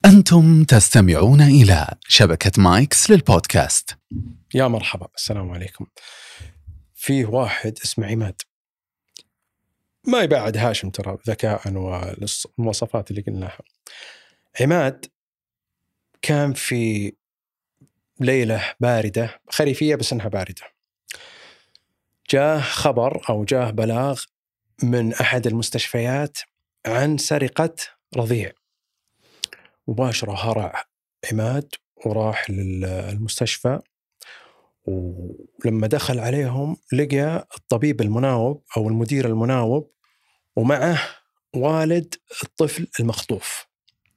أنتم تستمعون إلى شبكة مايكس للبودكاست. يا مرحبا، السلام عليكم. فيه واحد اسمه عماد، ما يبعد هاشم ترى ذكاء والمواصفات اللي قلناها. عماد كان في ليلة باردة خريفية بس إنها باردة، جاه خبر أو جاه بلاغ من أحد المستشفيات عن سرقة رضيع. مباشرة هرع عماد وراح للمستشفى، ولما دخل عليهم لقى الطبيب المناوب أو المدير المناوب ومعه والد الطفل المخطوف.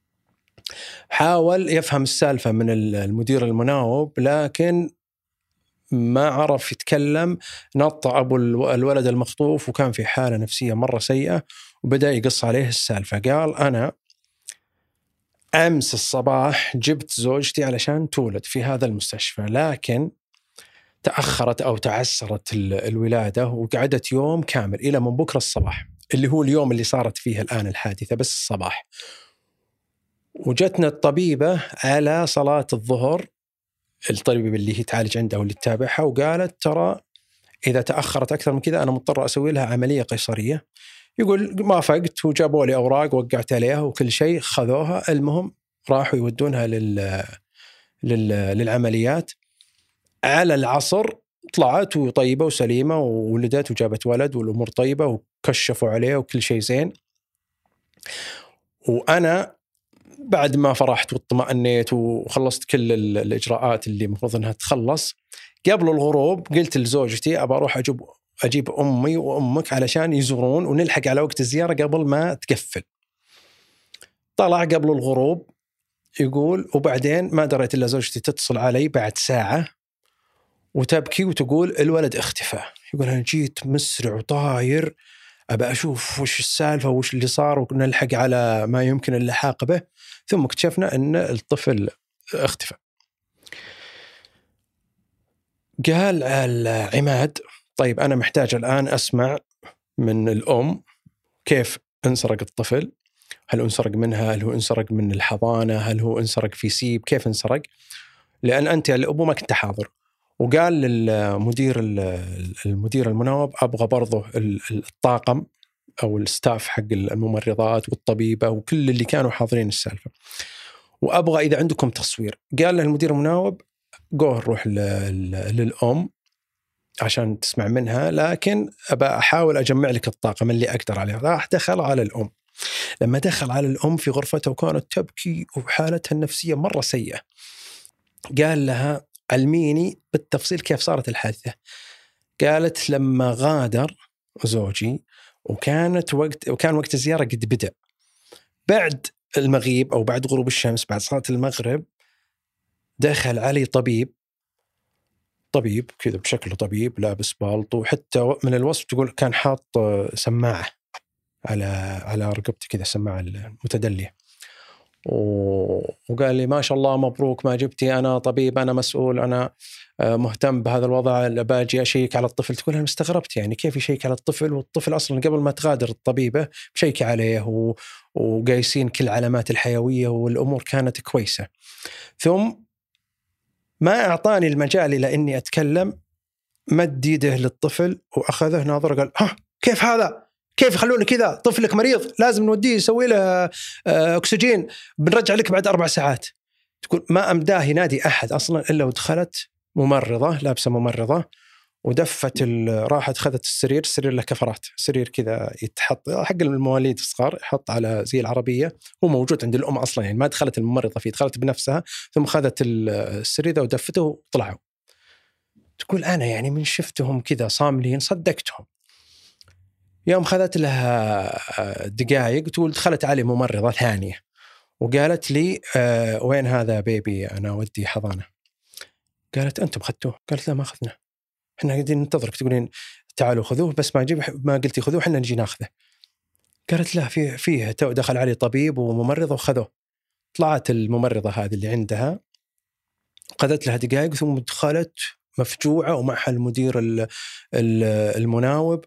حاول يفهم السالفة من المدير المناوب لكن ما عرف يتكلم، نطع أبو الولد المخطوف وكان في حالة نفسية مرة سيئة، وبدأ يقص عليه السالفة. قال أنا أمس الصباح جبت زوجتي علشان تولد في هذا المستشفى، لكن تأخرت أو تعسرت الولادة وقعدت يوم كامل إلى من بكرة الصباح، اللي هو اليوم اللي صارت فيه الآن الحادثة، بس الصباح. وجتنا الطبيبة على صلاة الظهر، الطبيبة اللي هي تعالج عندها واللي تتابعها، وقالت ترى إذا تأخرت أكثر من كذا أنا مضطر أسوي لها عملية قيصرية. يقول ما فقت وجابوا لي أوراق وقعت عليها وكل شيء، خذوها. المهم راحوا يودونها للعمليات. على العصر طلعت وطيبة وسليمة وولدت وجابت ولد والأمور طيبة وكشفوا عليه وكل شيء زين. وأنا بعد ما فرحت واطمأنيت وخلصت كل الإجراءات اللي المفروض أنها تخلص، قبل الغروب قلت لزوجتي أبى أروح أجيب أمي وأمك علشان يزورون ونلحق على وقت الزيارة قبل ما تقفل. طلع قبل الغروب يقول، وبعدين ما دريت إلا زوجتي تتصل علي بعد ساعة وتبكي وتقول الولد اختفى. يقول أنا جيت مسرع وطاير أبى أشوف وش السالفة وش اللي صار ونلحق على ما يمكن اللحاق به، ثم اكتشفنا أن الطفل اختفى. قال عماد طيب أنا محتاج الآن أسمع من الأم كيف انسرق الطفل، هل انسرق منها، هل هو انسرق من الحضانة، هل هو انسرق في سيب، كيف انسرق، لأن أنت الأبو ما كنت حاضر. وقال للمدير المناوب أبغى برضه الطاقم أو الستاف حق الممرضات والطبيبة وكل اللي كانوا حاضرين السالفة، وأبغى إذا عندكم تصوير. قال له المدير المناوب قوه روح للأم عشان تسمع منها، لكن أبى أحاول أجمع لك الطاقم اللي أقدر عليه. راح دخل على الأم. لما دخل على الأم في غرفتها وكانت تبكي وحالتها النفسية مرة سيئة، قال لها علميني بالتفصيل كيف صارت الحادثة. قالت لما غادر زوجي وكان وقت الزيارة قد بدأ، بعد المغيب أو بعد غروب الشمس بعد صلاة المغرب دخل علي طبيب كذا بشكل طبيب لابس بالطو، وحتى من الوصف تقول كان حاط سماعة على رقبته كذا، سماعة المتدلية، وقال لي ما شاء الله مبروك ما جبتي، أنا طبيب أنا مسؤول أنا مهتم بهذا الوضع، باجي أشيك على الطفل. تقول أنا مستغربت يعني كيف يشيك على الطفل والطفل أصلا قبل ما تغادر الطبيبة بشيك عليه وقايسين كل علامات الحيوية والأمور كانت كويسة. ثم ما أعطاني المجال إلى أني أتكلم، مد يده للطفل وأخذه ناظر قال ها كيف هذا، كيف يخلوني كذا، طفلك مريض لازم نوديه يسوي له أكسجين، بنرجع لك بعد 4 ساعات. تقول ما أمداه ينادي أحد أصلا إلا ودخلت ممرضة لابسة ممرضة ودفت راحت خذت السرير له كفرات، سرير كذا يتحط حق المواليد الصغار يحط على زي العربية، هو موجود عند الأم أصلا يعني ما دخلت الممرضة فيه، دخلت بنفسها ثم خذت السرير ذا ودفته وطلعوا. تقول أنا يعني من شفتهم كذا صاملين صدقتهم. يوم خذت لها دقائق تقول دخلت علي ممرضة ثانية وقالت لي وين هذا بيبي أنا ودي حضانة. قالت أنتم خذتوه؟ قالت لا ما أخذنا، إحنا قاعدين ننتظرك تقولين تعالوا خذوه بس ما قلتي خذوه إحنا نجي ناخذه. قالت لا فيه دخل علي طبيب وممرضة وخذوه. طلعت الممرضة هذه اللي عندها قضت لها دقائق ثم دخلت مفجوعة ومعها المدير المناوب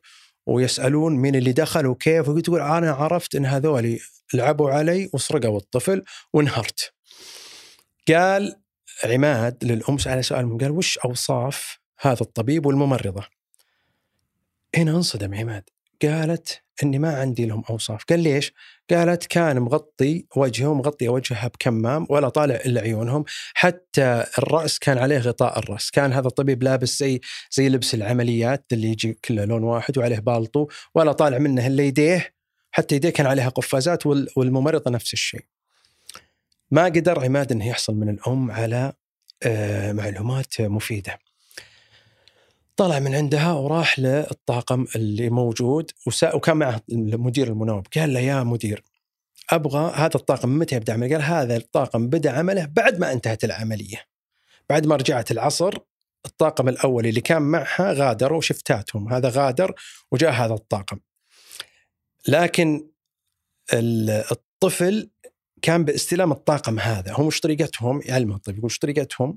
ويسألون مين اللي دخل وكيف، وتقول أنا عرفت إن هذولي لعبوا علي وسرقوا الطفل وانهرت. قال عماد للأم على سؤال، قال وش أوصاف هذا الطبيب والممرضة؟ هنا انصدم عماد، قالت إني ما عندي لهم أوصاف. قال ليش؟ قالت كان مغطي وجهه ومغطي وجهها بكمام ولا طالع إلا عيونهم، حتى الرأس كان عليه غطاء الرأس. كان هذا الطبيب لابس زي لبس العمليات اللي يجي كله لون واحد وعليه بالطو، ولا طالع منه إلا يديه، حتى يديه كان عليها قفازات، والممرضة نفس الشيء. ما قدر عماد أنه يحصل من الأم على معلومات مفيدة. طلع من عندها وراح للطاقم اللي موجود وكان معه المدير المناوب. قال له يا مدير، أبغى هذا الطاقم متى يبدأ عمله؟ قال هذا الطاقم بدأ عمله بعد ما انتهت العملية، بعد ما رجعت العصر. الطاقم الأول اللي كان معها غادروا شفتاتهم، هذا غادر وجاء هذا الطاقم. لكن الطفل كان باستلام الطاقم هذا. هم وش طريقتهم؟ علم الطب يقول وش طريقتهم؟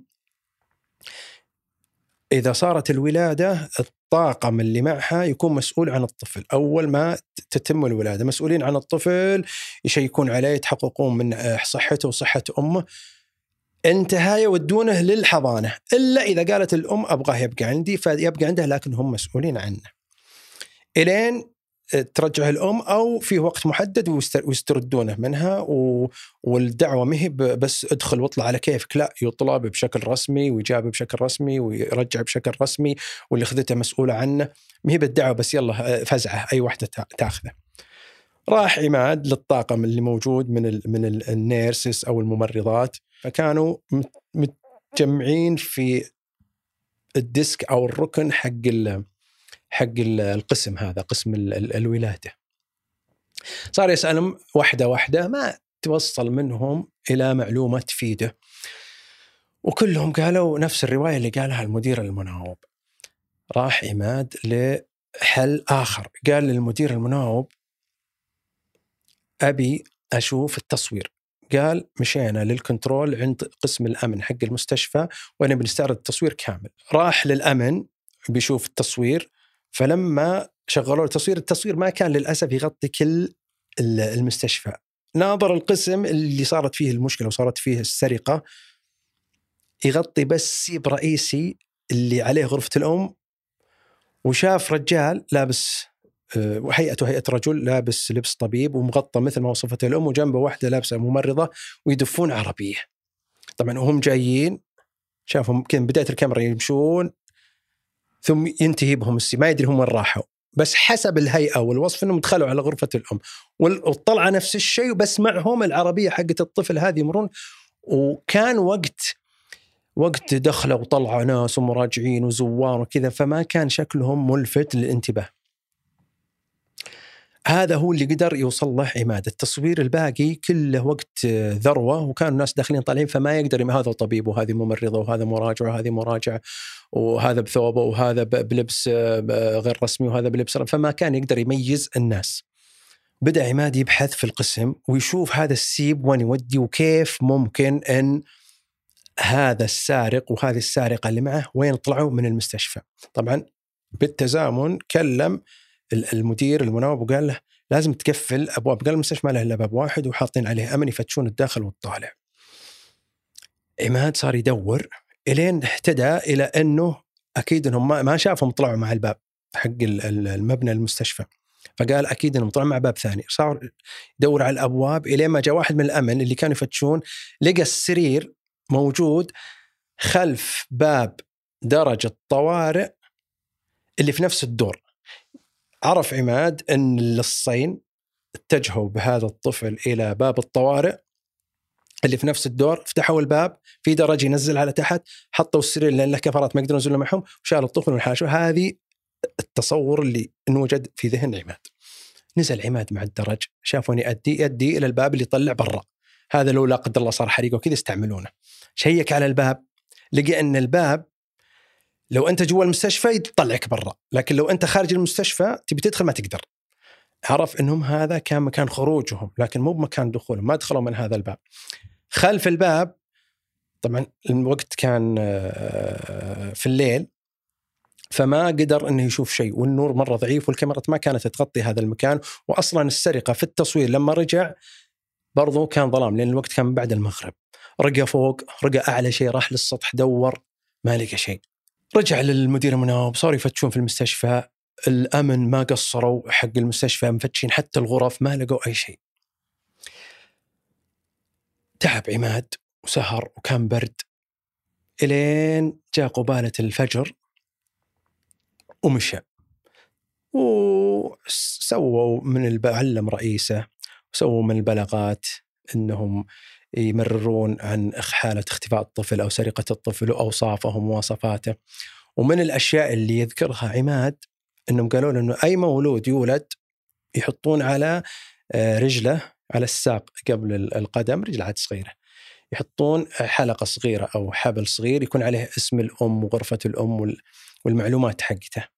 إذا صارت الولادة الطاقم اللي معها يكون مسؤول عن الطفل. أول ما تتم الولادة مسؤولين عن الطفل، يشيكون عليه، يتحققون من صحته وصحة أمه، انتهى يودونه للحضانة. إلا إذا قالت الأم أبغاه يبقى عندي فيبقى عنده، لكن هم مسؤولين عنه إلين ترجع الأم أو في وقت محدد ويستردونه منها. والدعوة مهي بس ادخل واطلع على كيفك، لا، يطلب بشكل رسمي ويجاب بشكل رسمي ويرجع بشكل رسمي، واللي خذته مسؤولة عنه. مهي بالدعوة بس يلا فزعة أي واحدة تاخذه. راح عماد للطاقم اللي موجود من النيرسس أو الممرضات، فكانوا متجمعين في الديسك أو الركن حق القسم هذا، قسم الولادة. صار يسألهم واحدة واحدة، ما توصل منهم إلى معلومة تفيده، وكلهم قالوا نفس الرواية اللي قالها المدير المناوب. راح عماد لحل آخر، قال للمدير المناوب أبي أشوف التصوير. قال مشينا للكنترول عند قسم الأمن حق المستشفى وأنا بنستعرض التصوير كامل. راح للأمن بيشوف التصوير، فلما شغلوا التصوير ما كان للأسف يغطي كل المستشفى. ناظر القسم اللي صارت فيه المشكلة وصارت فيه السرقة يغطي بس سيب رئيسي اللي عليه غرفة الأم، وشاف رجال لابس وهيئته هيئة رجل لابس لبس طبيب ومغطى مثل ما وصفته الأم، وجنبه واحدة لابسة ممرضة ويدفون عربية. طبعا وهم جايين شافهم كان بداية الكاميرا يمشون ثم ينتهي بهم ما يدري هم وين راحوا، بس حسب الهيئة والوصف انهم دخلوا على غرفة الأم والطلعة نفس الشيء، وبس معهم العربية حقت الطفل هذه يمرون. وكان وقت دخلوا وطلعوا ناس ومراجعين وزوار وكذا، فما كان شكلهم ملفت للانتباه. هذا هو اللي قدر يوصل له عماد. التصوير الباقي كله وقت ذروة وكانوا الناس داخلين طالعين، فما يقدر هذا طبيب وهذه ممرضة وهذا مراجع وهذه مراجع وهذا بثوبه وهذا بلبس غير رسمي وهذا بلبس، فما كان يقدر يميز الناس. بدأ عماد يبحث في القسم ويشوف هذا السيب وين يودي، وكيف ممكن أن هذا السارق وهذه السارقة اللي معه وين طلعوا من المستشفى. طبعا بالتزامن كلم المدير المناوب وقال له لازم تقفل أبواب، قال المستشفى ما له إلا باب واحد وحاطين عليه أمن يفتشون الداخل والطالع. عماد صار يدور إلين اهتدى إلى أنه أكيد أنهم ما شافهم طلعوا مع الباب حق المبنى المستشفى، فقال أكيد أنهم طلعوا مع باب ثاني. صار يدور على الأبواب إلين ما جاء واحد من الأمن اللي كانوا يفتشون، لقى السرير موجود خلف باب درج الطوارئ اللي في نفس الدور. عرف عماد أن اللصين اتجهوا بهذا الطفل إلى باب الطوارئ اللي في نفس الدور، فتحوا الباب في درج ينزل على تحت، حطوا السرير لأن له كفرات ما يقدرون ينزلوا معهم، وشالوا الطفل والحاشو. هذه التصور اللي انوجد في ذهن عماد. نزل عماد مع الدرج، شافوني يؤدي إلى الباب اللي يطلع برا. هذا لو لا قدر الله صار حريقة وكذا يستعملونه. شيك على الباب، لقى أن الباب لو أنت جوا المستشفى يطلعك برا، لكن لو أنت خارج المستشفى تبي تدخل ما تقدر. عرف أنهم هذا كان مكان خروجهم لكن مو بمكان دخولهم، ما دخلوا من هذا الباب. خلف الباب طبعا الوقت كان في الليل، فما قدر انه يشوف شيء، والنور مره ضعيف والكاميرا ما كانت تغطي هذا المكان. واصلا السرقه في التصوير لما رجع برضو كان ظلام، لان الوقت كان بعد المغرب. رقى فوق، رقى اعلى شيء، راح للسطح دور ما لقى شيء. رجع للمدير المناوب، صاروا يفتشون في المستشفى، الامن ما قصروا، حق المستشفى مفتشين حتى الغرف ما لقوا اي شيء. تعب عماد وسهر وكان برد، الين جاء قبالة الفجر ومشى. وسووا من علم رئيسه وسووا من البلاغات انهم يمررون عن حالة اختفاء الطفل او سرقة الطفل واوصافه ومواصفاته. ومن الاشياء اللي يذكرها عماد انهم قالوا له انه اي مولود يولد يحطون على رجله، على الساق قبل القدم، رجل عاد صغيرة، يحطون حلقة صغيرة أو حبل صغير يكون عليه اسم الأم وغرفة الأم والمعلومات حقته.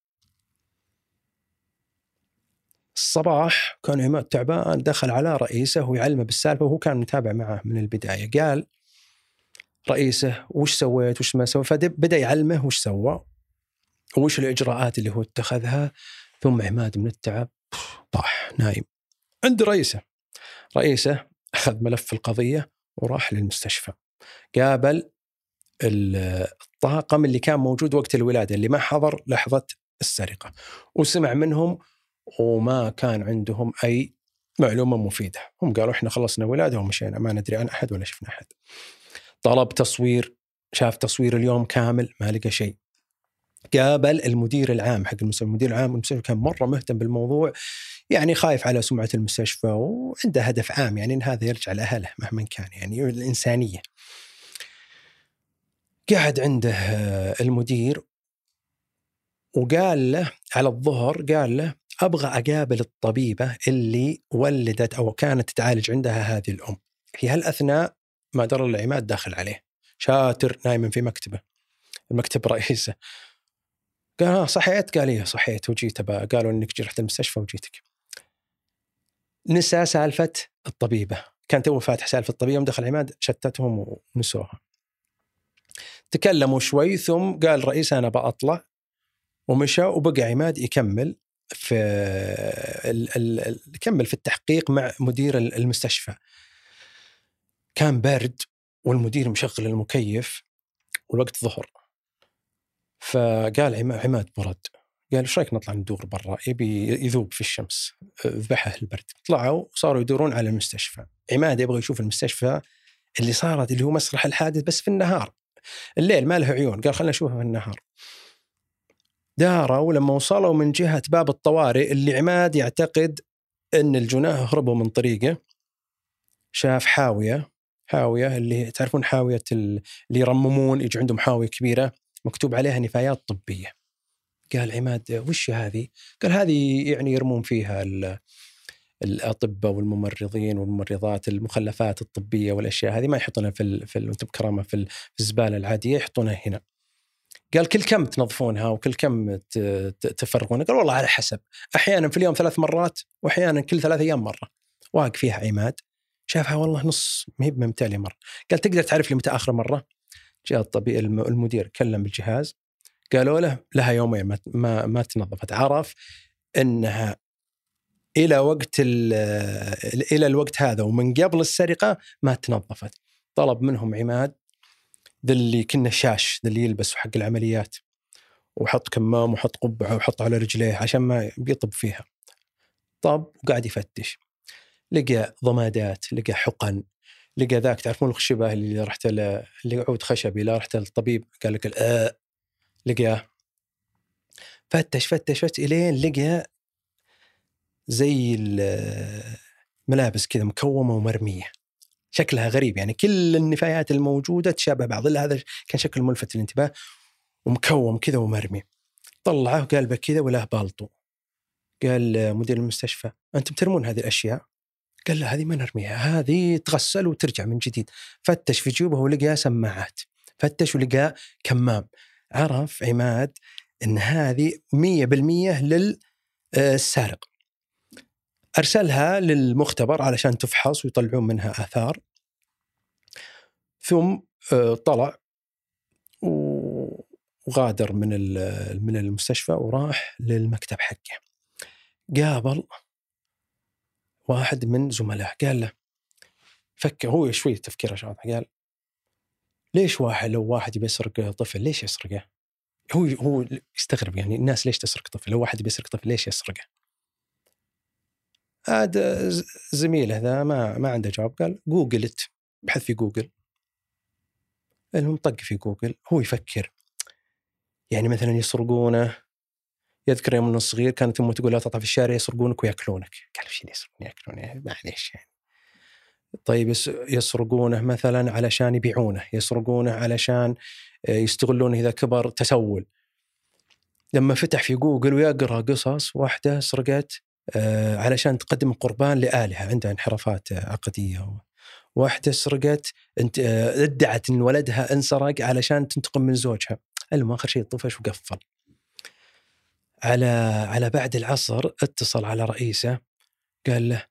الصباح كان عماد تعبان، دخل على رئيسه ويعلمه بالسالفة، وهو كان متابع معه من البداية. قال رئيسه وش سويت وش ما سويت، فبدأ يعلمه وش سوى وش الإجراءات اللي هو اتخذها. ثم عماد من التعب طاح نايم عند رئيسه أخذ ملف القضية وراح للمستشفى. قابل الطاقم اللي كان موجود وقت الولادة اللي ما حضر لحظة السرقة، وسمع منهم وما كان عندهم أي معلومة مفيدة. هم قالوا إحنا خلصنا ولادة ومشينا، ما ندري عن أحد ولا شفنا أحد. طلب تصوير، شاف تصوير اليوم كامل ما لقى شيء. قابل المدير العام حق المستشفى، المدير العام المستشفى كان مرة مهتم بالموضوع، يعني خايف على سمعة المستشفى وعنده هدف عام، يعني إن هذا يرجع لأهله مهما كان، يعني الإنسانية. قاعد عنده المدير وقال له على الظهر، قال له أبغى أقابل الطبيبة اللي ولدت أو كانت تعالج عندها هذه الأم. في هالأثناء ما درى العماد داخل عليه شاتر نايم في مكتبه، المكتب رئيسه. قال صحيت؟ قال إيه صحيت وجيت، قالوا إنك رحت المستشفى وجيتك. نسى سالفة الطبيبة، كانت أول فاتح سالفة الطبيبة، ودخل عماد شتتهم ونسوها. تكلموا شوي ثم قال رئيس أنا بأطلع، ومشى. وبقى عماد يكمل في التحقيق مع مدير المستشفى. كان برد والمدير مشغل المكيف والوقت ظهر، فقال عماد برد، قال ايش رايك نطلع ندور برا، يبي يذوب في الشمس، ذبحه البرد. طلعوا وصاروا يدورون على المستشفى. عماد يبغى يشوف المستشفى اللي صارت، اللي هو مسرح الحادث، بس في النهار، الليل ما له عيون. قال خلنا نشوفها في النهار. داروا ولما وصلوا من جهة باب الطوارئ اللي عماد يعتقد أن الجناه هربوا من طريقه، شاف حاوية اللي تعرفون حاوية اللي يرممون، يجي عندهم حاوية كبيرة مكتوب عليها نفايات طبية. قال عماد وش هذه؟ قال هذه يعني يرمون فيها الأطباء والممرضين والممرضات، المخلفات الطبية والأشياء هذه، ما يحطونها وانتم بكرامة في الزبالة العادية، يحطونها هنا. قال كل كم تنظفونها وكل كم تفرغونها؟ قال والله على حسب، أحيانا في اليوم 3 مرات وأحيانا كل 3 أيام مرة. واقف فيها عماد شافها والله نص مهب ممتالي مرة. قال تقدر تعرف لي متى آخر مرة؟ جاء الطبيب المدير كلم بالجهاز، قالوا له لها يومين ما تنظفت. عرف أنها إلى الوقت هذا ومن قبل السرقة ما تنظفت. طلب منهم عماد ذا اللي كنا شاش، ذا اللي يلبس حق العمليات، وحط كمام وحط قبعة وحط على رجليه عشان ما بيطب فيها. طب وقاعد يفتش، لقى ضمادات، لقى حقن، لقى ذاك تعرفون الخشبة اللي رحت اللي عود خشبي، لا رحت للطبيب قال لك لقاه. فتش إلين لقى زي الملابس كذا مكومة ومرمية، شكلها غريب، يعني كل النفايات الموجودة تشابه بعض، إلا هذا كان شكل ملفت للانتباه، ومكوم كذا ومرمي. طلعه قال بكذا ولا بالطو. قال مدير المستشفى أنتم ترمون هذه الأشياء؟ قال لا هذه ما نرميها، هذه تغسل وترجع من جديد. فتش في جيوبه ولقى سماعات، فتش ولقى كمام. عرف عماد أن هذه 100% للسارق. أرسلها للمختبر علشان تفحص ويطلعون منها آثار. ثم طلع وغادر من المستشفى وراح للمكتب حقه. قابل واحد من زملائه قال له، فكر هو شوي تفكيره شاطح، قال ليش لو واحد يبي يسرق طفل ليش يسرقه؟ هو يستغرب يعني الناس ليش تسرق طفل؟ لو واحد بيسرق طفل ليش يسرقه؟ هذا زميله ذا ما عنده جواب. قال جوجلت، بحث في جوجل. المهم طق في جوجل، هو يفكر يعني مثلا يسرقونه. يذكر يوم من صغير كانت امه تقول لا تطلع في الشارع يسرقونك وياكلونك. قال ايش يسرقون ياكلون معليش يعني. طيب يسرقونه مثلا علشان يبيعونه، يسرقونه علشان يستغلونه إذا كبر تسول. لما فتح في جوجل ويقرأ قصص، واحدة سرقت علشان تقدم قربان لآلهة عندها انحرافات عقدية. واحدة سرقت ادعت أن ولدها انسرق علشان تنتقم من زوجها. المهم آخر شيء طفش وقفل. على بعد العصر اتصل على رئيسه قال له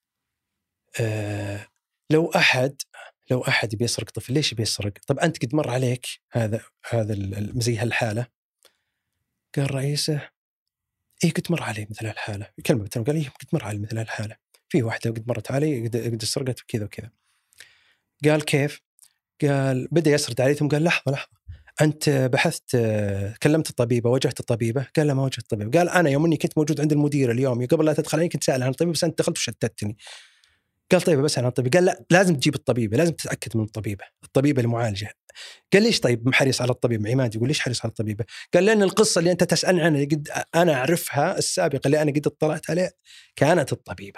لو أحد بيسرق طفل ليش بيسرق؟ طب أنت قد مر عليك هذا زي هالحالة؟ قال رئيسه إيه قد مر علي مثل هالحالة. كلمة قال إيه قد مر علي مثل هالحالة، في واحدة قد مرت علي قد سرقت وكذا وكذا. قال كيف؟ قال بدأ يسرد عليه ثم قال لحظة أنت بحثت كلمت الطبيبة واجهت الطبيبة؟ قال لا ما واجهت الطبيبة. قال أنا يوم أني كنت موجود عند المدير اليوم قبل لا تدخل علي كنت سأل عن الطبيبة بس أنت دخلت وشتتني. قال طيب بس عن الطبيبة. قال لا لازم تجيب الطبيبة، لازم تتأكد من الطبيبة المعالجة. قال ليش طيب محرص على الطبيب؟ عماد يقول ليش حريص على الطبيبة؟ قال لأن القصة اللي أنت تسألني عنها قد أنا أعرفها السابقة اللي أنا قد اطلعت عليه كانت الطبيبة.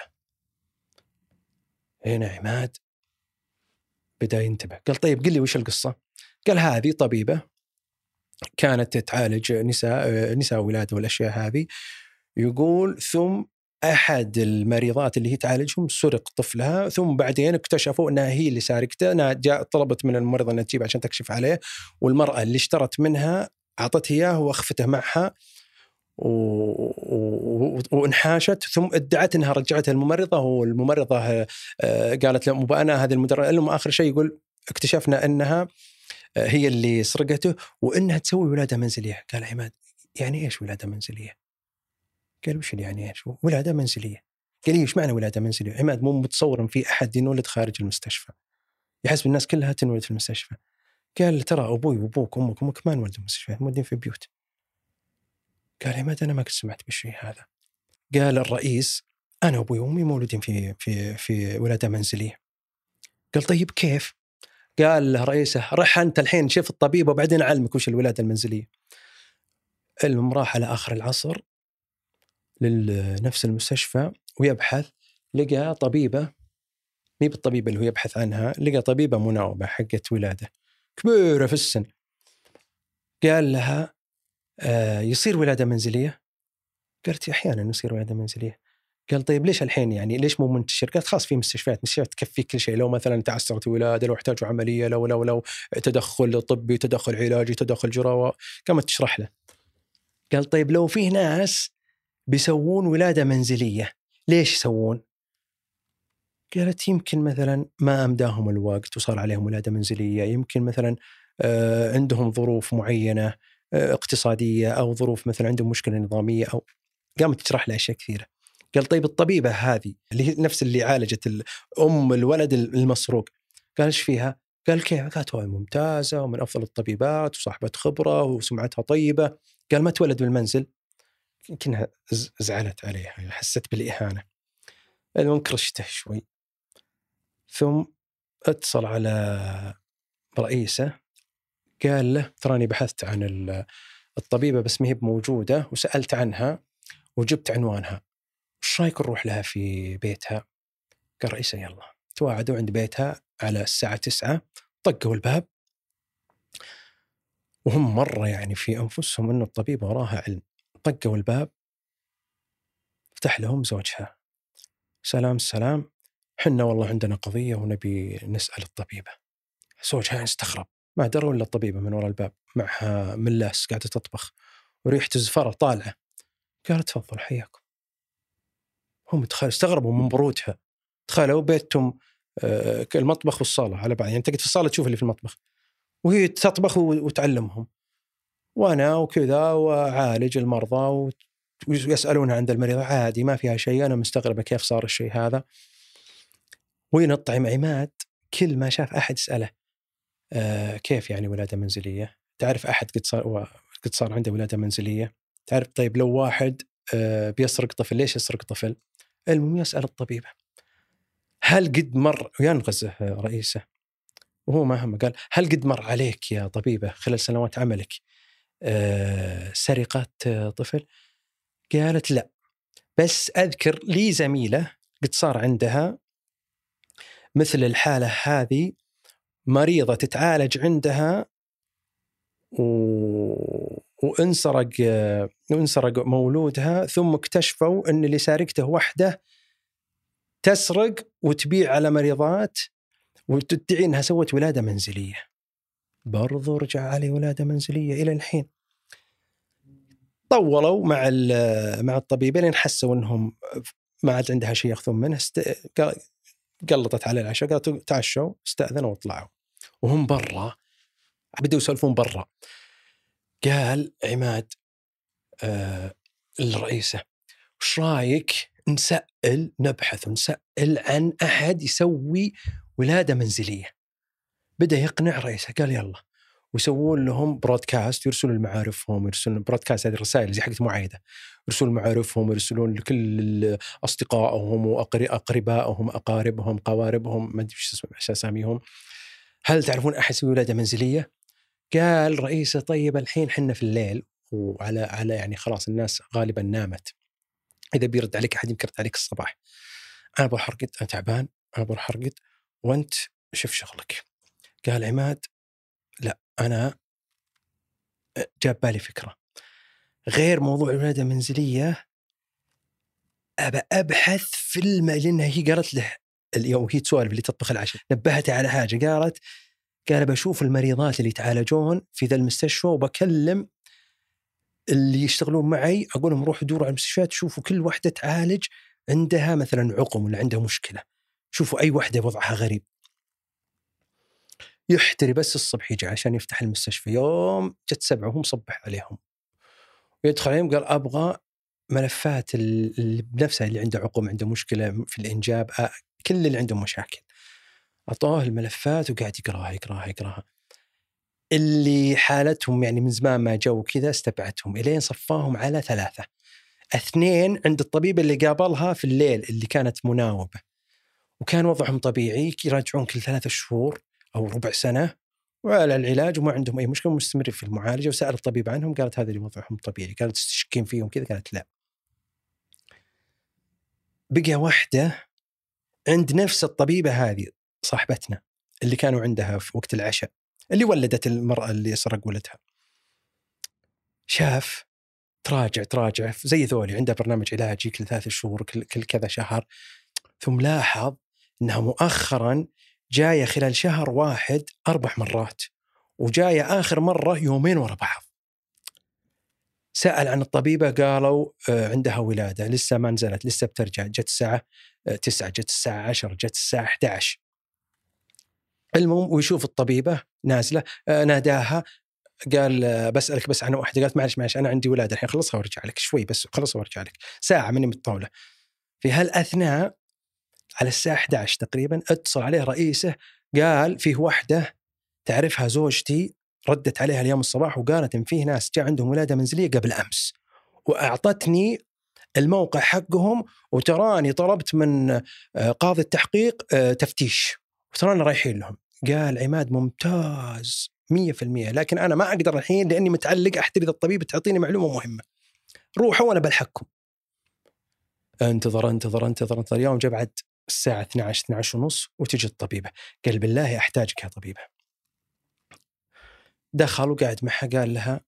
هنا عماد بدأ ينتبه. قال طيب قل لي وش القصة؟ قال هذه طبيبة كانت تعالج نساء ولادة والأشياء هذه. يقول ثم أحد المريضات اللي هي تعالجهم سرق طفلها، ثم بعدين اكتشفوا أنها هي اللي سارقته. أنها طلبت من الممرضة أن تجيب عشان تكشف عليه، والمرأة اللي اشترت منها أعطته إياه وأخفته معها وانحاشت، ثم ادعت أنها رجعتها الممرضة، والممرضة قالت له مو أنا هذه المدرسة. لهم آخر شيء يقول اكتشفنا أنها هي اللي سرقته وإنها تسوي ولادة منزلية. قال عماد يعني إيش ولادة منزلية؟ قال وش يعني إيش ولادة منزلية؟ قال إيش معنى ولادة منزلية؟ عماد مو متصور إن في أحد ينولد خارج المستشفى، يحسب الناس كلها تنولد في المستشفى. قال ترى أبوي وأبوك وأمك ما انولدوا في المستشفى، مولدين في بيوت. قال عماد أنا ما قد سمعت بالشيء هذا. قال الرئيس أنا وأبوي وأمي مولودين في ولادة منزلية. قال طيب كيف؟ قال له رئيسه رح أنت الحين شوف الطبيب وبعدين أعلمك وش الولادة المنزلية. المهم راح على آخر العصر لنفس المستشفى ويبحث، لقى طبيبة مي بالطبيبة اللي هو يبحث عنها، لقى طبيبة مناوبة حقت ولادة كبيرة في السن. قال لها يصير ولادة منزلية؟ قالت أحيانا يصير ولادة منزلية. قال طيب ليش الحين يعني ليش مو منتشر؟ قالت خاص في مستشفيات تكفي كل شيء، لو مثلا تعسرت ولادة، لو احتاجوا عملية، لو تدخل طبي، تدخل علاجي، تدخل جراوة. قامت تشرح له. قال طيب لو فيه ناس بيسوون ولادة منزلية ليش يسوون؟ قالت يمكن مثلا ما أمداهم الوقت وصار عليهم ولادة منزلية، يمكن مثلا عندهم ظروف معينة اقتصادية، أو ظروف مثلا عندهم مشكلة نظامية، أو قامت تشرح له أشياء كثيرة. قال طيب الطبيبة هذه اللي هي نفس اللي عالجت الولد المسروق، قال ايش فيها؟ قال كيف؟ قالت هو ممتازة ومن أفضل الطبيبات وصاحبة خبرة وسمعتها طيبة. قال ما تولد بالمنزل. يمكنها زعلت عليها، حست بالإهانة. المهم كرشته شوي، ثم اتصل على رئيسه قال له تراني بحثت عن الطبيبة بس ما هي موجودة، وسألت عنها وجبت عنوانها، وش رايك نروح لها في بيتها؟ قال رئيسه يلا. تواعدوا عند بيتها على الساعة 9. طقوا الباب وهم مرة يعني في أنفسهم أن الطبيبة وراها علم. طقوا الباب، فتح لهم زوجها. سلام حنا والله عندنا قضية ونبي نسأل الطبيبة. زوجها استغرب، ما دروا إلا الطبيبة من وراء الباب معها ملاس قاعدة تطبخ وريحة الزفرة طالعة. قالت تفضل حياكم. هم استغربوا من برودها. تخيلوا بيتهم المطبخ والصالة على بعض، يعني تقعد في الصالة تشوف اللي في المطبخ وهي تطبخ وتعلمهم. وأنا وكذا وعالج المرضى ويسألونها عند المريض عادي ما فيها شيء. أنا مستغربة كيف صار الشيء هذا. وينطعم عماد كل ما شاف أحد يسأله كيف يعني ولادة منزلية؟ تعرف أحد قد صار عنده ولادة منزلية؟ تعرف طيب لو واحد بيسرق طفل ليش يسرق طفل؟ المهم يسأل الطبيبة هل قد مر، ينغزه رئيسه وهو ما هم، قال هل قد مر عليك يا طبيبة خلال سنوات عملك سرقة طفل؟ قالت لا، بس أذكر لي زميلة قد صار عندها مثل الحالة هذه، مريضة تتعالج عندها وانسرق مولودها، ثم اكتشفوا أن اللي سارقته وحده تسرق وتبيع على مريضات وتدعي أنها سوت ولادة منزلية. برضو رجع عليه ولادة منزلية إلى الحين. طولوا مع الطبيبة لين حسوا أنهم ما عاد عندها شيء يأخذون منه. قلطت على العشاء، قالوا تعشوا، استأذنوا وطلعوا وهم برا بدوا يسولفون برا. قال عماد الرئيسة وش رايك نبحث ونسأل عن أحد يسوي ولادة منزلية. بدأ يقنع رئيسه، قال يلا، ويسوون لهم برودكاست، يرسلون لمعارفهم، يرسلون برودكاست، هذه الرسائل زي حقت معايدة، يرسلون لمعارفهم، يرسلون لكل أصدقائهم وأقربائهم، أقاربهم، قواربهم، ما أدري إيش أساميهم، هل تعرفون أحد يسوي ولادة منزلية؟ قال رئيسه طيب الحين حنا في الليل وعلى يعني خلاص الناس غالبا نامت، إذا بيرد عليك أحد يمكن يرد عليك الصباح، أنا بروح أرقد، أنا تعبان، أنا بروح أرقد وأنت شوف شغلك. قال عماد لا، أنا جاب بالي فكرة غير موضوع الولادة المنزلية، أبحث في لأنها هي قالت له اليوم وهي تسولف اللي تطبخ العشاء، نبهتها على حاجة، قال بشوف المريضات اللي يتعالجون في ذا المستشفى وبكلم اللي يشتغلون معي أقول لهم روحوا دوروا على المستشفيات، شوفوا كل واحدة تعالج عندها مثلا عقم ولا عندها مشكلة، شوفوا أي واحدة وضعها غريب. يحتري بس الصبح يجي عشان يفتح المستشفى. يوم جت 7 وهم صبح عليهم ويدخل عليهم قال أبغى ملفات اللي بنفسها اللي عنده عقم، عنده مشكلة في الإنجاب، كل اللي عندهم مشاكل. أعطوه الملفات وقاعد يقراها. اللي حالتهم يعني من زمان ما جو كذا استبعتهم، إلين صفاهم على 3، 2 عند الطبيب اللي قابلها في الليل اللي كانت مناوبة وكان وضعهم طبيعي، يراجعون كل 3 شهور أو ربع سنة وعلى العلاج وما عندهم أي مشكلة، مستمر في المعالجة. وسأل الطبيب عنهم، قالت هذا اللي وضعهم طبيعي. قالت تشكين فيهم كذا؟ قالت لا. بقى واحدة عند نفس الطبيبة هذه صاحبتنا اللي كانوا عندها في وقت العشاء، اللي ولدت المرأة اللي سرق ولدها، شاف تراجع زي ذولي، عندها برنامج علاجي كل 3 شهور كل كذا شهر، ثم لاحظ أنها مؤخرا جاية خلال شهر واحد 4 مرات، وجاية آخر مرة 2 ورا بعض. سأل عن الطبيبة، قالوا عندها ولادة لسه ما نزلت، لسه بترجع، جت الساعة 9، جت الساعة 10، جت الساعة 11. المهم ويشوف الطبيبة نازلة، ناداها قال بسألك بس عن واحدة. قالت معلش أنا عندي ولادة الحين، خلصها وارجع لك شوي، بس خلصها وارجع لك، ساعة مني متطاولة. في هالأثناء على الساعة 11 تقريبا اتصل عليه رئيسه، قال فيه واحدة تعرفها زوجتي ردت عليها اليوم الصباح وقالت إن فيه ناس جاء عندهم ولادة منزلية قبل أمس، وأعطتني الموقع حقهم، وتراني طلبت من قاضي التحقيق تفتيش، وترانا رايحين لهم. قال عماد ممتاز 100%، لكن أنا ما أقدر الحين لأني متعلق، أحتري إذا الطبيب تعطيني معلومة مهمة، روحوا وأنا بلحقكم. انتظر يوم جاء بعد الساعة 12 ونص وتجي الطبيبة. قال بالله أحتاجك يا طبيبة. دخل وقاعد معها، قال لها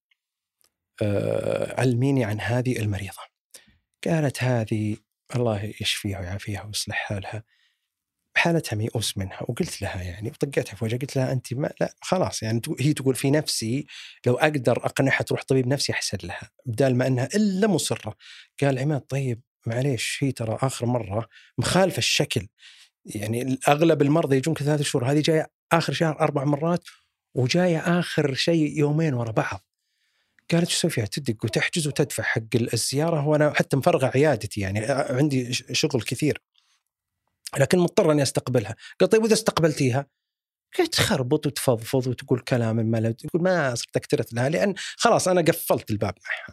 علميني عن هذه المريضة. قالت هذه الله يشفيها ويعافيها ويصلح حالها، بحالتها ميؤوس منها. وقلت لها يعني وطقتها في وجهها، قلت لها أنت ما لا خلاص يعني، هي تقول في نفسي لو أقدر أقنعها تروح طبيب نفسي أحسن لها بدال ما أنها إلا مصرة. قال عماد طيب معليش، هي ترى آخر مرة مخالفة الشكل، يعني أغلب المرضى يجون كل 3 شهور، هذه جاية آخر شهر 4 مرات، وجاية آخر شيء 2 ورا بعض. قالت شو اسوي فيها؟ تدق وتحجز وتدفع حق الزياره، وانا حتى مفرغه عيادتي يعني عندي شغل كثير، لكن مضطر اني استقبلها. قال طيب واذا استقبلتيها؟ قلت تخربط وتفضفض وتقول كلام ما تقول، ما صرت اكترث لها لان خلاص انا قفلت الباب معها.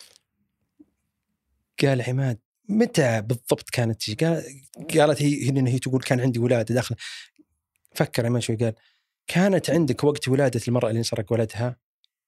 قال عماد متى بالضبط كانت تجي؟ قالت هي تقول كان عندي ولاده داخل. فكر عماد شوي، قال كانت عندك وقت ولاده المراه اللي انسرق ولدها؟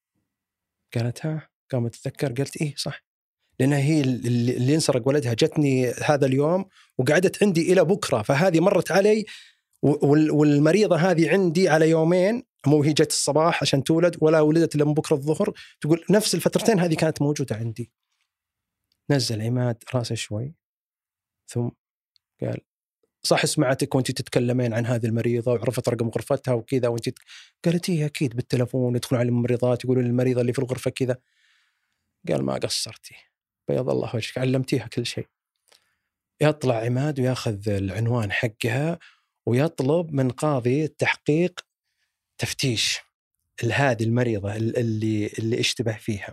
قالت ها. قامت تتذكر، قالت ايه صح، لانها هي اللي انسرق ولدها جتني هذا اليوم وقعدت عندي الى بكره، فهذه مرت علي، والمريضه هذه عندي على يومين، مو هي جت الصباح عشان تولد ولا ولدت الا من بكره الظهر. تقول نفس الفترتين هذه كانت موجوده عندي. نزل عماد راسه شوي ثم قال صح سمعتك وانت تتكلمين عن هذه المريضه وعرفت رقم غرفتها وكذا وانت قالت هي اكيد بالتلفون يدخلون على الممرضات يقولون المريضه اللي في الغرفه كذا. قال ما قصرتي، بيض الله وجهك، علمتيها كل شيء. يطلع عماد وياخذ العنوان حقها ويطلب من قاضي التحقيق تفتيش هذه المريضة اللي اشتبه فيها.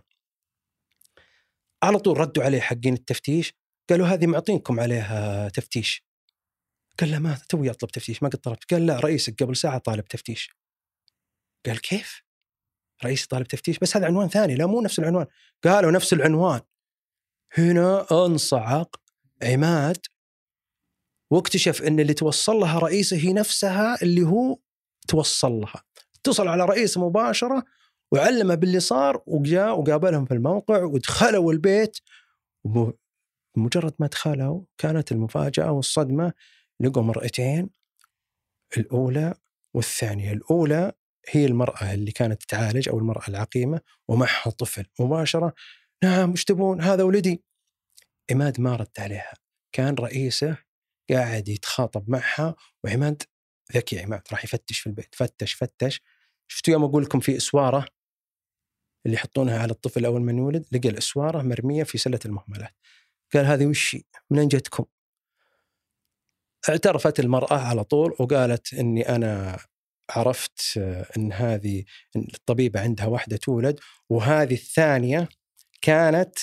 على طول ردوا عليه حقين التفتيش، قالوا هذه معطينكم عليها تفتيش. قال لا ما توي أطلب تفتيش، ما قد طلبت. قال لا رئيسك قبل ساعة طالب تفتيش. قال كيف رئيس طالب تفتيش؟ بس هذا عنوان ثاني. لا مو نفس العنوان. قالوا نفس العنوان. هنا انصعق عماد واكتشف ان اللي توصل لها رئيسه هي نفسها اللي هو توصل لها. اتصل على رئيسه مباشرة وعلمه باللي صار، وجاء وقابلهم في الموقع ودخلوا البيت. ومجرد ما دخلوا كانت المفاجأة والصدمة، لقوا مرأتين، الأولى والثانية. الأولى هي المرأة اللي كانت تعالج أو المرأة العقيمة ومعها طفل مباشرة. نعم وش تبون؟ هذا ولدي. عماد ما رد عليها، كان رئيسه قاعد يتخاطب معها، وعماد ذكي. عماد راح يفتش في البيت، فتش. شفتوا يوم أقول لكم في إسوارة اللي يحطونها على الطفل أول ما يولد؟ لقى الإسوارة مرمية في سلة المهملات. قال هذه وشي؟ منين جتكم؟ اعترفت المرأة على طول وقالت إني أنا عرفت إن هذه الطبيبة عندها واحدة تولد، وهذه الثانية كانت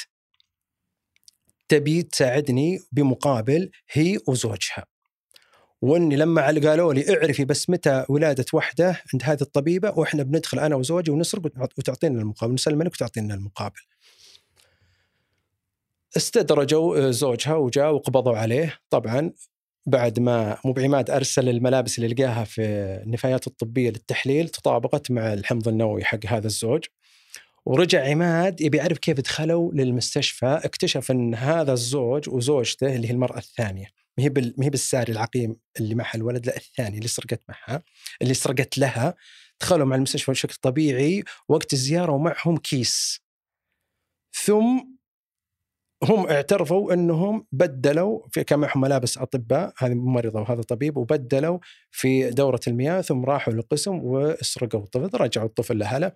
تبي تساعدني بمقابل هي وزوجها، واني لما قالوا لي اعرفي بس متى ولادة واحدة عند هذه الطبيبة واحنا بندخل انا وزوجي ونسرق وتعطينا المقابل، نسلم لك وتعطينا المقابل. استدرجوا زوجها وجاء وقبضوا عليه. طبعا بعد ما مو بعماد ارسل الملابس اللي لقاها في النفايات الطبية للتحليل تطابقت مع الحمض النووي حق هذا الزوج، ورجع عماد يبي يعرف كيف دخلوا للمستشفى. اكتشف ان هذا الزوج وزوجته اللي هي المرأة الثانية، ما هي بالساري العقيم اللي معها الولد، لا الثاني اللي سرقت معها، اللي سرقت لها، دخلوا مع المستشفى بشكل طبيعي وقت الزيارة ومعهم كيس. ثم هم اعترفوا انهم بدلوا في، كان معهم ملابس اطباء، هذه ممرضة وهذا طبيب، وبدلوا في دورة المياه، ثم راحوا للقسم واسرقوا الطفل. رجعوا الطفل لأهله.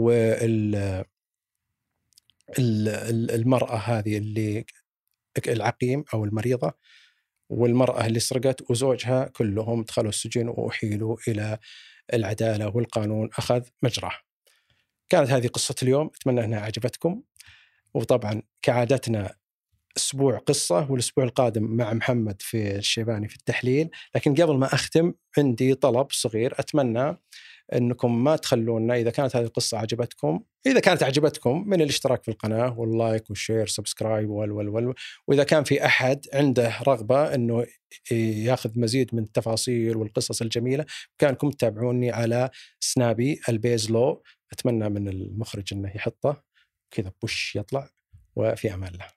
والمرأة هذه اللي العقيم أو المريضة والمرأة اللي سرقت وزوجها كلهم دخلوا السجن وأحيلوا إلى العدالة، والقانون أخذ مجراه. كانت هذه قصة اليوم، أتمنى أنها عجبتكم. وطبعا كعادتنا أسبوع قصة، والأسبوع القادم مع محمد في الشيباني في التحليل. لكن قبل ما أختم عندي طلب صغير، أتمنى أنكم ما تخلونا إذا كانت هذه القصة عجبتكم، إذا كانت عجبتكم، من الاشتراك في القناة واللايك والشير سبسكرايب وإذا كان في أحد عنده رغبة أنه ياخذ مزيد من التفاصيل والقصص الجميلة، كانكم تتابعوني على سنابي البيزلو. أتمنى من المخرج أنه يحطه كذا بوش يطلع. وفي أمان الله.